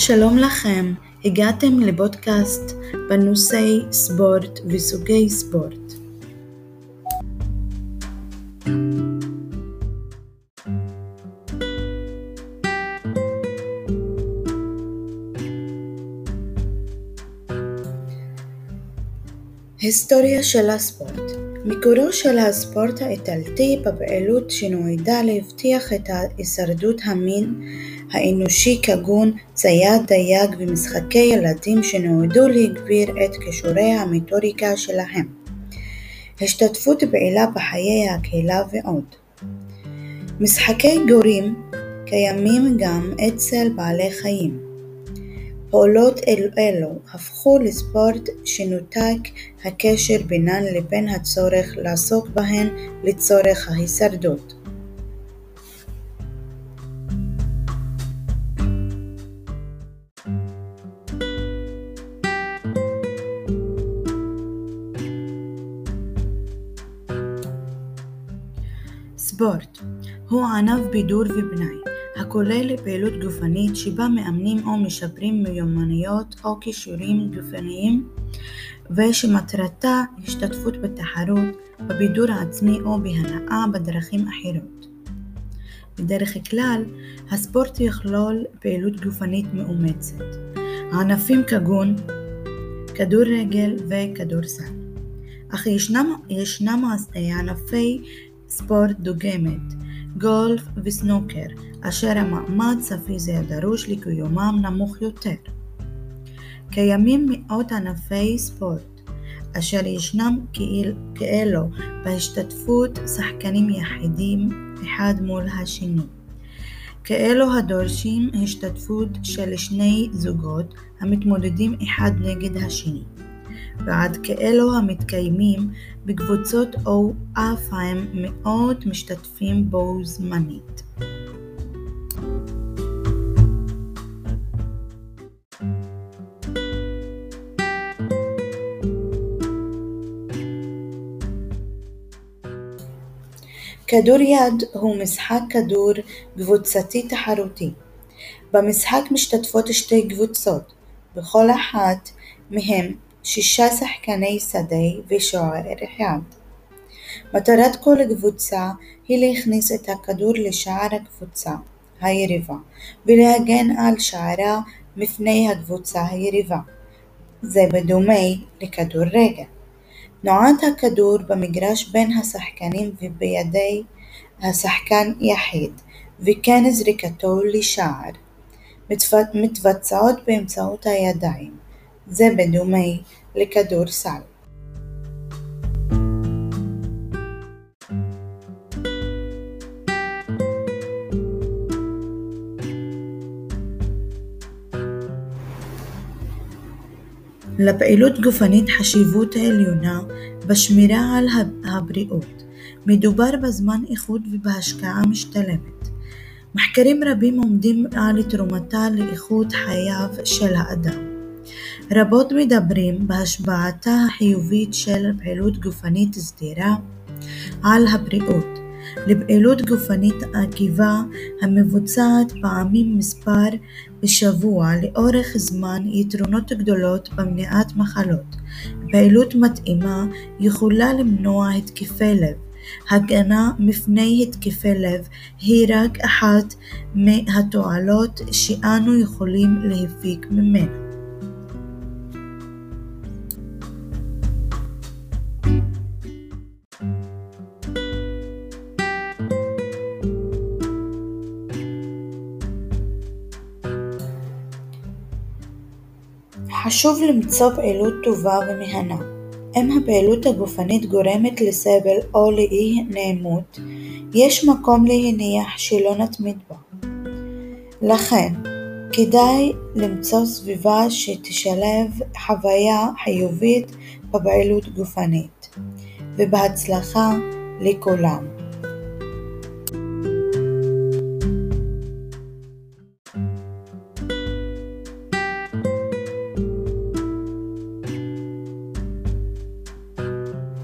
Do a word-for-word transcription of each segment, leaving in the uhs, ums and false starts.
שלום לכם, הגעתם לפודקאסט בנושאי ספורט וסוגי ספורט. היסטוריה של הספורט. מקורו של הספורט האיטלקי בפעילות שנועדה להבטיח את הישרדות המין האנושי כגון צייד, דייג ומשחקי ילדים שנועדו להגביר את כישורי המוטוריקה שלהם, השתתפות פעילה בחיי הקהילה ועוד. משחקי גורים קיימים גם אצל בעלי חיים. פעולות אלו הפכו לספורט שנותק הקשר בינן לבין הצורך לעסוק בהן לצורך ההישרדות. ספורט הוא ענף בידור ופנאי הכולל פעילות גופנית שבה מאמנים או משפרים מיומנויות או כישורים גופניים ושמטרתה השתתפות בתחרות, בבידור העצמי או בהנאה בדרכים אחרות. בדרך כלל, הספורט יכלול פעילות גופנית מאומצת, ענפים כגון כדורגל וכדורסל. אך ישנם, ישנם ענפי ספורט דוגמת גולף וסנוקר, אשר המאמץ הפיזי הדרוש לקיומם נמוך יותר. קיימים מאות ענפי ספורט, אשר ישנם כאלו בהשתתפות שחקנים יחידים אחד מול השני, כאלו הדורשים השתתפות של שני זוגות המתמודדים אחד נגד השני, ועד כאלו המתקיימים בקבוצות או אף הם מאות משתתפים בו זמנית. כדוריד הוא משחק כדור קבוצתי תחרותי. במשחק משתתפות שתי קבוצות, בכל אחת מהם שישה שחקני שדה ושוער אחד. מטרת כל קבוצה היא להכניס את הכדור לשער הקבוצה היריבה ולהגן על שערה מפני הקבוצה היריבה. זה בדומה לכדורגל. תנועת הכדור במגרש בין השחקנים ובידי השחקן יחיד וכן זריקתו לשער מתבצעות באמצעות הידיים. זה בדומה לכדורסל. לפעילות גופנית חשיבות עליונה בשמירה על הבריאות. מדובר בזמן איכות ובהשקעה משתלמת. מחקרים רבים עומדים על תרומתה לאיכות חייו של האדם. רבות מדברים בהשפעתה החיובית של פעילות גופנית סדירה על הבריאות. לפעילות גופנית עקיבה המבוצעת פעמים מספר בשבוע לאורך זמן יתרונות גדולות במניעת מחלות. פעילות מתאימה יכולה למנוע התקפי לב. הגנה מפני התקפי לב היא רק אחת מהתועלות שאנו יכולים להפיק ממנה. חשוב למצוא פעילות טובה ומהנה. אם הפעילות הגופנית גורמת לסבל או לאי נעימות, יש מקום להניח שלא נתמיד בה. לכן, כדאי למצוא סביבה שתשלב חוויה חיובית בפעילות גופנית, ובהצלחה לכולם.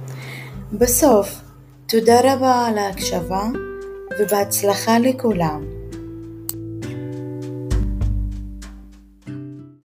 בסוף, תודה רבה על ההקשבה ובהצלחה לכולם.